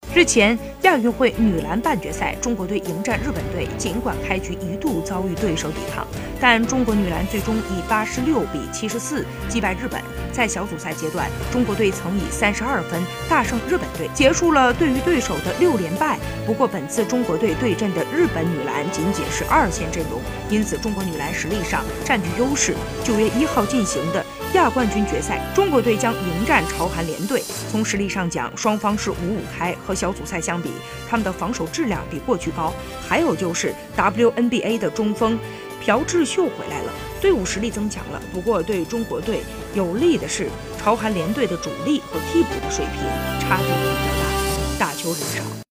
日前，亚运会女篮半决赛，中国队迎战日本队。尽管开局一度遭遇对手抵抗，但中国女篮最终以86比74击败日本。在小组赛阶段，中国队曾以32分大胜日本队，结束了对于对手的6连败。不过，本次中国队对阵的日本女篮仅仅是2线阵容，因此中国女篮实力上占据优势。9月1号进行的亚冠军决赛，中国队将迎战朝韩联队。从实力上讲，双方是5-5开，和小组赛相比，他们的防守质量比过去高。还有就是 WNBA 的中锋朴智秀回来了，队伍实力增强了。不过对中国队有利的是，朝韩联队的主力和替补的水平差距比较大，大球人少。